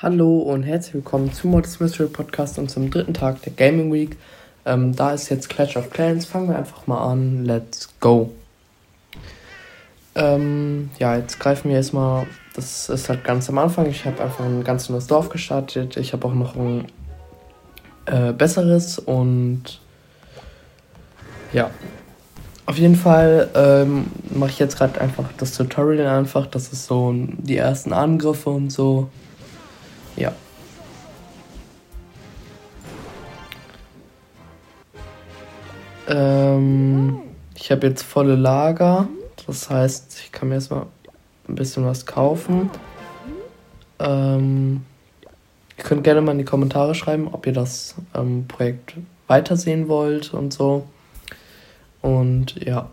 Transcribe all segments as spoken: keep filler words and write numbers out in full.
Hallo und herzlich willkommen zum Modest Mystery Podcast und zum dritten Tag der Gaming Week. Ähm, da ist jetzt Clash of Clans. Fangen wir einfach mal an. Let's go. Ähm, ja, jetzt greifen wir erstmal. Das ist halt ganz am Anfang. Ich habe einfach ein ganz neues Dorf gestartet. Ich habe auch noch ein äh, besseres und ja. Auf jeden Fall ähm, mache ich jetzt gerade einfach das Tutorial einfach. Das ist so die ersten Angriffe und so. Ja. Ähm, ich habe jetzt volle Lager. Das heißt, ich kann mir erstmal ein bisschen was kaufen. Ähm, ihr könnt gerne mal in die Kommentare schreiben, ob ihr das ähm, Projekt weitersehen wollt und so. Und ja.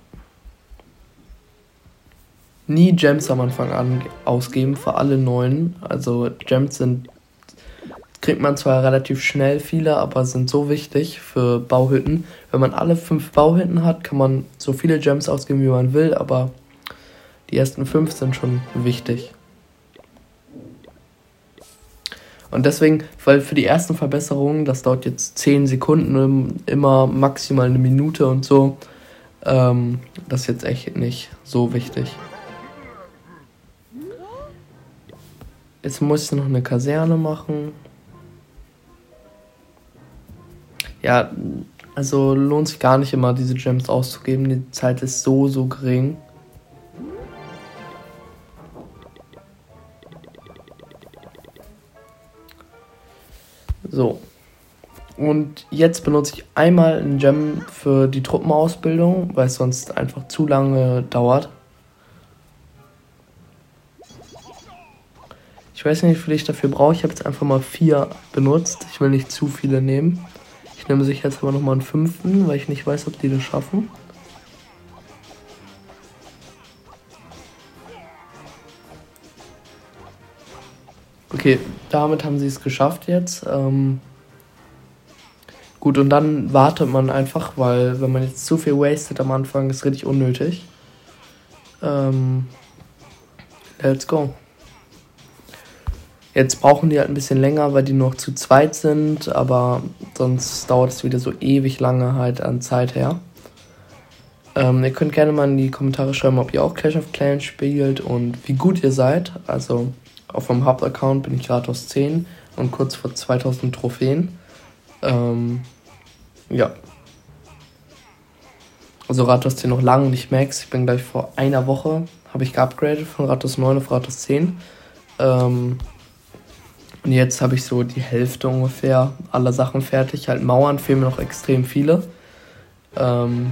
Nie Gems am Anfang an ausgeben für alle neuen. Also Gems sind, kriegt man zwar relativ schnell viele, aber sind so wichtig für Bauhütten. Wenn man alle fünf Bauhütten hat, kann man so viele Gems ausgeben, wie man will, aber die ersten fünf sind schon wichtig. Und deswegen, weil für die ersten Verbesserungen, das dauert jetzt zehn Sekunden, immer maximal eine Minute und so, ähm, das ist jetzt echt nicht so wichtig. Jetzt muss ich noch eine Kaserne machen. Ja, also lohnt sich gar nicht immer, diese Gems auszugeben. Die Zeit ist so, so gering. So. Und jetzt benutze ich einmal einen Gem für die Truppenausbildung, weil es sonst einfach zu lange dauert. Ich weiß nicht, wie viel ich dafür brauche. Ich habe jetzt einfach mal vier benutzt. Ich will nicht zu viele nehmen. Ich nehme sich jetzt aber nochmal einen fünften, weil ich nicht weiß, ob die das schaffen. Okay, damit haben sie es geschafft jetzt. Ähm Gut, und dann wartet man einfach, weil wenn man jetzt zu viel wastet am Anfang, ist richtig unnötig. Ähm Let's go. Jetzt brauchen die halt ein bisschen länger, weil die noch zu zweit sind, aber sonst dauert es wieder so ewig lange halt an Zeit her. Ähm, ihr könnt gerne mal in die Kommentare schreiben, ob ihr auch Clash of Clans spielt und wie gut ihr seid. Also auf meinem Hauptaccount bin ich Ratos zehn und kurz vor zweitausend Trophäen. Ähm, ja. Also Ratos zehn noch lange nicht Max. Ich bin gleich vor einer Woche, habe ich geupgradet von Ratos neun auf Ratos zehn. Ähm, und jetzt habe ich so die Hälfte ungefähr aller Sachen fertig. Halt Mauern fehlen mir noch extrem viele. Ähm,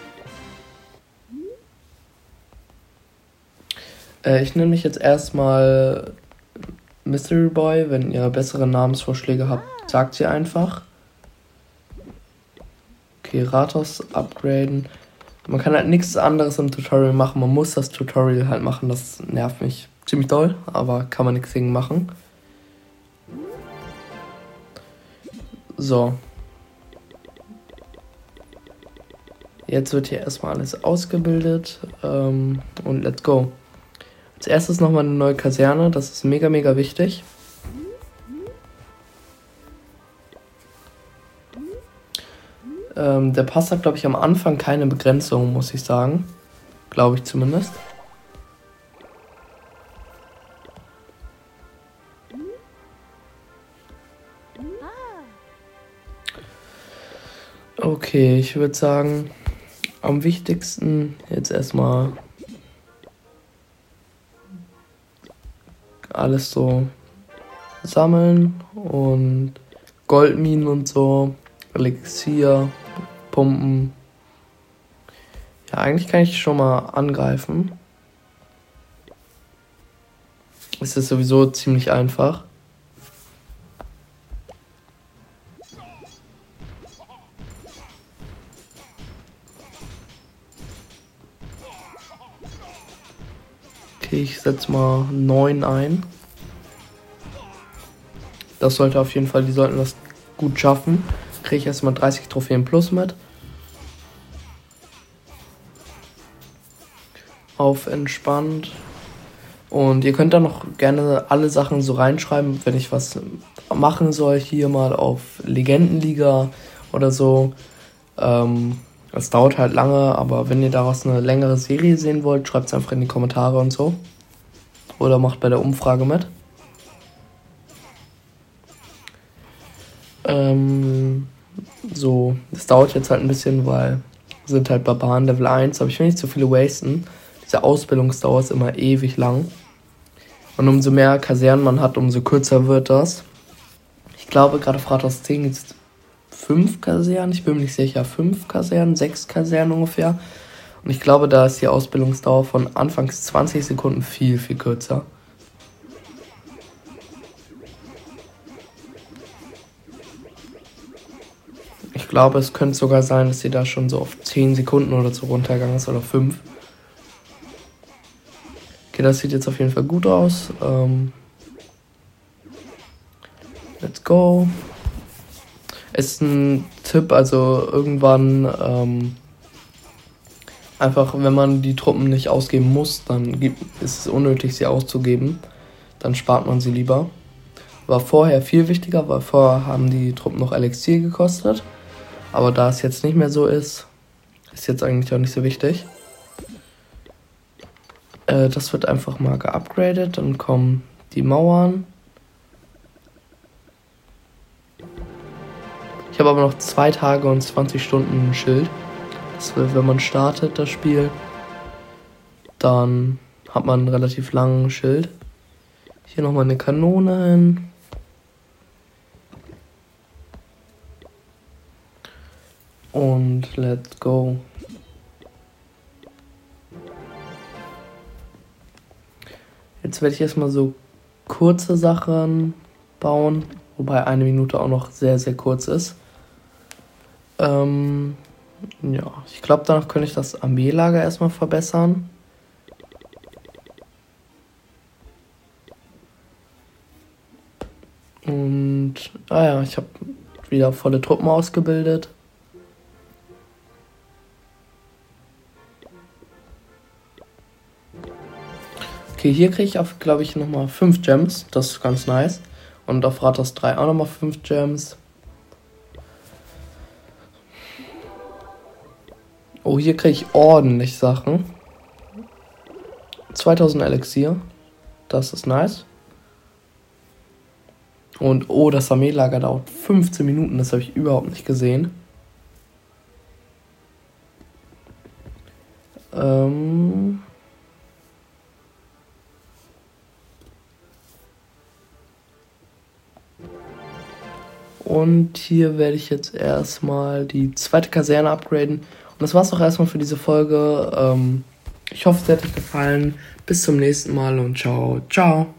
äh, ich nenne mich jetzt erstmal Mystery Boy. Wenn ihr bessere Namensvorschläge habt, sagt sie einfach. Okay, Ratos upgraden. Man kann halt nichts anderes im Tutorial machen. Man muss das Tutorial halt machen. Das nervt mich ziemlich doll, aber kann man nichts gegen machen. So. Jetzt wird hier erstmal alles ausgebildet. Ähm, und let's go. Als erstes nochmal eine neue Kaserne. Das ist mega, mega wichtig. Ähm, der Pass hat, glaube ich, am Anfang keine Begrenzung, muss ich sagen. Glaube ich zumindest. Okay, ich würde sagen, am wichtigsten jetzt erstmal alles so sammeln und Goldminen und so, Elixier, Pumpen. Ja, eigentlich kann ich schon mal angreifen. Es ist sowieso ziemlich einfach. Okay, ich setze mal neun ein. Das sollte auf jeden Fall, die sollten das gut schaffen. Kriege ich erstmal dreißig Trophäen plus mit. Auf entspannt. Und ihr könnt da noch gerne alle Sachen so reinschreiben, wenn ich was machen soll, hier mal auf Legendenliga oder so. Ähm, es dauert halt lange, aber wenn ihr daraus eine längere Serie sehen wollt, schreibt es einfach in die Kommentare und so. Oder macht bei der Umfrage mit. Ähm, so, das dauert jetzt halt ein bisschen, weil wir sind halt Barbaren Level eins, aber ich will nicht zu viele wasten. Diese Ausbildungsdauer ist immer ewig lang. Und umso mehr Kasernen man hat, umso kürzer wird das. Ich glaube, gerade auf Rathaus zehn gibt es fünf Kasernen. Ich bin mir nicht sicher. Fünf Kasernen, sechs Kasernen ungefähr. Und ich glaube, da ist die Ausbildungsdauer von anfangs zwanzig Sekunden viel, viel kürzer. Ich glaube, es könnte sogar sein, dass sie da schon so auf zehn Sekunden oder so runtergegangen ist oder fünf. Okay, das sieht jetzt auf jeden Fall gut aus. Ähm, let's go. Ist ein Tipp, also irgendwann ähm, einfach, wenn man die Truppen nicht ausgeben muss, dann gibt, ist es unnötig, sie auszugeben. Dann spart man sie lieber. War vorher viel wichtiger, weil vorher haben die Truppen noch Elixier gekostet. Aber da es jetzt nicht mehr so ist, ist jetzt eigentlich auch nicht so wichtig. Äh, das wird einfach mal geupgradet. Dann kommen die Mauern. Ich habe aber noch zwei Tage und zwanzig Stunden ein Schild. Das will, wenn man startet, das Spiel, dann hat man einen relativ langen Schild. Hier nochmal eine Kanone hin. Und let's go. Jetzt werde ich erstmal so kurze Sachen bauen, wobei eine Minute auch noch sehr, sehr kurz ist. Ähm, ja, ich glaube, danach könnte ich das Armeelager erstmal verbessern. Und, ah ja, ich habe wieder volle Truppen ausgebildet. Okay, hier kriege ich auf, glaube ich, nochmal fünf Gems. Das ist ganz nice. Und auf Rathaus drei auch nochmal fünf Gems. Oh, hier kriege ich ordentlich Sachen. zweitausend Elixier. Das ist nice. Und oh, das Armeelager dauert fünfzehn Minuten. Das habe ich überhaupt nicht gesehen. Ähm... Und hier werde ich jetzt erstmal die zweite Kaserne upgraden. Und das war's auch erstmal für diese Folge. Ähm, ich hoffe, es hat euch gefallen. Bis zum nächsten Mal und ciao, ciao.